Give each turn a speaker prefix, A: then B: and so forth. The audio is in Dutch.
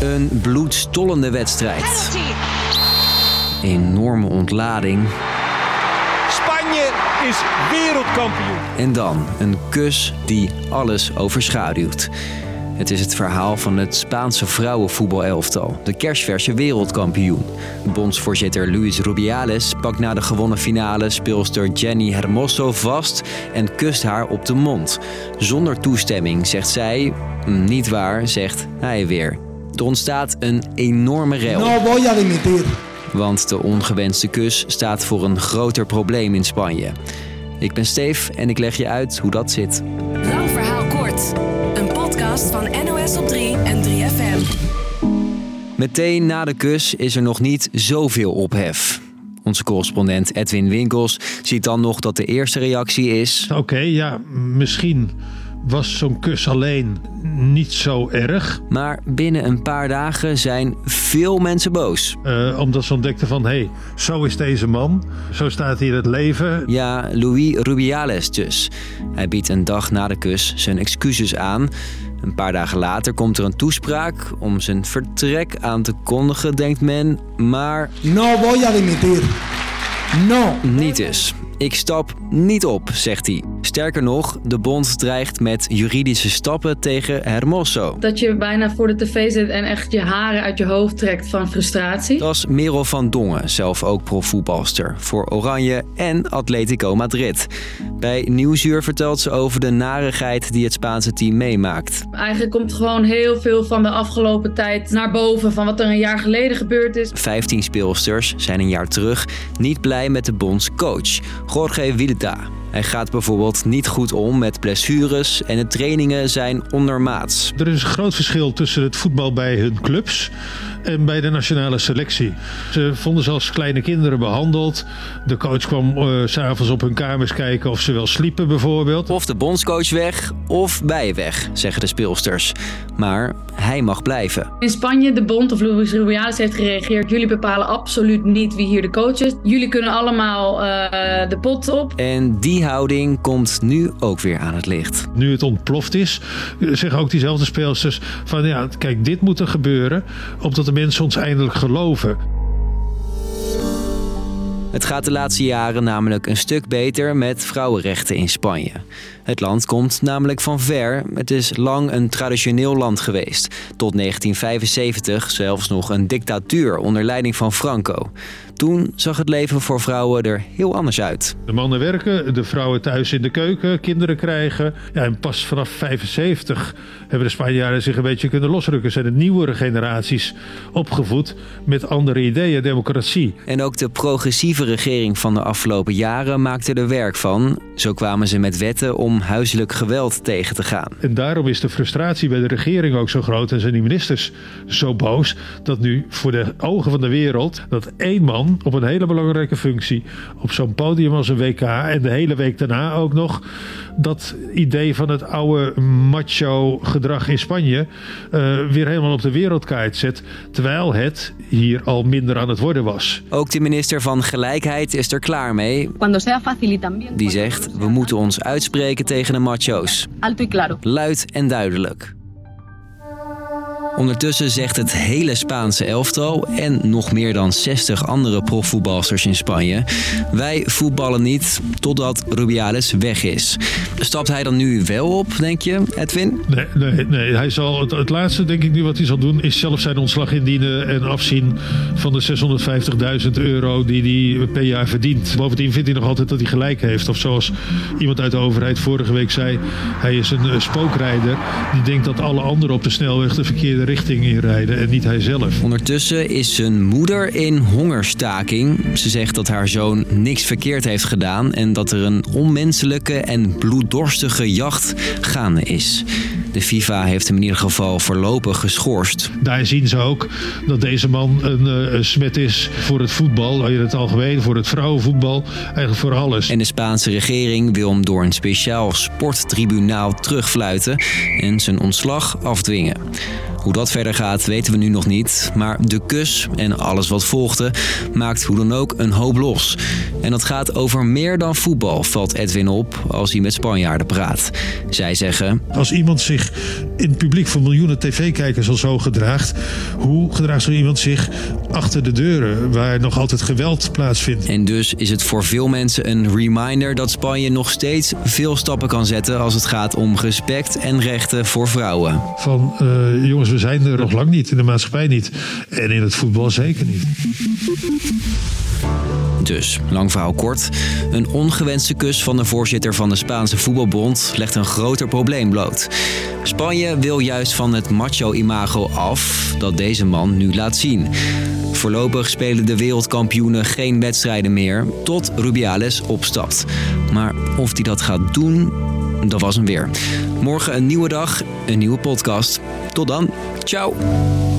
A: Een bloedstollende wedstrijd. Enorme ontlading.
B: Spanje is wereldkampioen.
A: En dan een kus die alles overschaduwt. Het is het verhaal van het Spaanse vrouwenvoetbalelftal, de kersverse wereldkampioen. Bondsvoorzitter Luis Rubiales pakt na de gewonnen finale speelster Jenny Hermoso vast en kust haar op de mond. Zonder toestemming, zegt zij. Niet waar, zegt hij weer. Er ontstaat een enorme rel.
C: No voy a dimitir.
A: Want de ongewenste kus staat voor een groter probleem in Spanje. Ik ben Steef en ik leg je uit hoe dat zit.
D: Lang verhaal kort. Een podcast van NOS op 3 en 3FM.
A: Meteen na de kus is er nog niet zoveel ophef. Onze correspondent Edwin Winkels ziet dan nog dat de eerste reactie is...
E: Oké, misschien was zo'n kus alleen niet zo erg.
A: Maar binnen een paar dagen zijn veel mensen boos.
E: Omdat ze ontdekten van, zo is deze man. Zo staat hij in het leven.
A: Ja, Luis Rubiales dus. Hij biedt een dag na de kus zijn excuses aan. Een paar dagen later komt er een toespraak om zijn vertrek aan te kondigen, denkt men. Maar...
C: No voy a dimitir. No.
A: Niet dus. Ik stap niet op, zegt hij. Sterker nog, de bond dreigt met juridische stappen tegen Hermoso.
F: Dat je bijna voor de tv zit en echt je haren uit je hoofd trekt van frustratie.
A: Dat is Merel van Dongen, zelf ook profvoetbalster. Voor Oranje en Atletico Madrid. Bij Nieuwsuur vertelt ze over de narigheid die het Spaanse team meemaakt.
F: Eigenlijk komt gewoon heel veel van de afgelopen tijd naar boven van wat er een jaar geleden gebeurd is.
A: 15 speelsters zijn een jaar terug niet blij met de bondscoach, Jorge Vilda. Hij gaat bijvoorbeeld niet goed om met blessures en de trainingen zijn ondermaats.
E: Er is een groot verschil tussen het voetbal bij hun clubs en bij de nationale selectie. Ze vonden ze als kleine kinderen behandeld. De coach kwam 's avonds op hun kamers kijken of ze wel sliepen bijvoorbeeld.
A: Of de bondscoach weg of wij weg, zeggen de speelsters. Maar hij mag blijven.
F: In Spanje, de bond of Luis Rubiales heeft gereageerd. Jullie bepalen absoluut niet wie hier de coach is. Jullie kunnen allemaal de pot op.
A: En die houding komt nu ook weer aan het licht.
E: Nu het ontploft is, zeggen ook diezelfde speelsters van kijk, dit moet er gebeuren, opdat de mensen ons eindelijk geloven.
A: Het gaat de laatste jaren namelijk een stuk beter met vrouwenrechten in Spanje. Het land komt namelijk van ver. Het is lang een traditioneel land geweest. Tot 1975 zelfs nog een dictatuur onder leiding van Franco. Toen zag het leven voor vrouwen er heel anders uit.
E: De mannen werken, de vrouwen thuis in de keuken, kinderen krijgen. Ja, en pas vanaf 75 hebben de Spanjaarden zich een beetje kunnen losrukken. Zijn de nieuwere generaties opgevoed met andere ideeën, democratie.
A: En ook de progressieve regering van de afgelopen jaren maakte er werk van. Zo kwamen ze met wetten om huiselijk geweld tegen te gaan.
E: En daarom is de frustratie bij de regering ook zo groot en zijn die ministers zo boos dat nu voor de ogen van de wereld dat één man op een hele belangrijke functie op zo'n podium als een WK en de hele week daarna ook nog dat idee van het oude macho gedrag in Spanje weer helemaal op de wereldkaart zet, terwijl het hier al minder aan het worden was.
A: Ook de minister van Gelijkheid is er klaar mee. Die zegt, we moeten ons uitspreken tegen de macho's. Luid en duidelijk. Ondertussen zegt het hele Spaanse elftal en nog meer dan 60 andere profvoetbalsters in Spanje: wij voetballen niet totdat Rubiales weg is. Stapt hij dan nu wel op, denk je, Edwin?
E: Nee. Hij zal het laatste, denk ik nu, wat hij zal doen, is zelf zijn ontslag indienen en afzien van de €650.000 die hij per jaar verdient. Bovendien vindt hij nog altijd dat hij gelijk heeft. Of zoals iemand uit de overheid vorige week zei, hij is een spookrijder die denkt dat alle anderen op de snelweg de verkeerde richting inrijden en niet hij zelf.
A: Ondertussen is zijn moeder in hongerstaking. Ze zegt dat haar zoon niks verkeerd heeft gedaan en dat er een onmenselijke en bloeddorstige jacht gaande is. De FIFA heeft hem in ieder geval voorlopig geschorst.
E: Daar zien ze ook dat deze man een smet is voor het voetbal, in het algemeen, voor het vrouwenvoetbal, eigenlijk voor alles.
A: En de Spaanse regering wil hem door een speciaal sporttribunaal terugfluiten en zijn ontslag afdwingen. Hoe dat verder gaat weten we nu nog niet. Maar de kus en alles wat volgde maakt hoe dan ook een hoop los. En dat gaat over meer dan voetbal, valt Edwin op als hij met Spanjaarden praat. Zij zeggen:
E: als iemand zich in het publiek van miljoenen tv-kijkers al zo gedraagt, hoe gedraagt zo iemand zich achter de deuren waar nog altijd geweld plaatsvindt?
A: En dus is het voor veel mensen een reminder dat Spanje nog steeds veel stappen kan zetten als het gaat om respect en rechten voor vrouwen.
E: Van jongens, we zijn er nog lang niet, in de maatschappij niet en in het voetbal zeker niet.
A: Dus, lang verhaal kort, een ongewenste kus van de voorzitter van de Spaanse voetbalbond legt een groter probleem bloot. Spanje wil juist van het macho-imago af dat deze man nu laat zien. Voorlopig spelen de wereldkampioenen geen wedstrijden meer tot Rubiales opstapt. Maar of hij dat gaat doen, dat was hem weer. Morgen een nieuwe dag, een nieuwe podcast. Tot dan, ciao!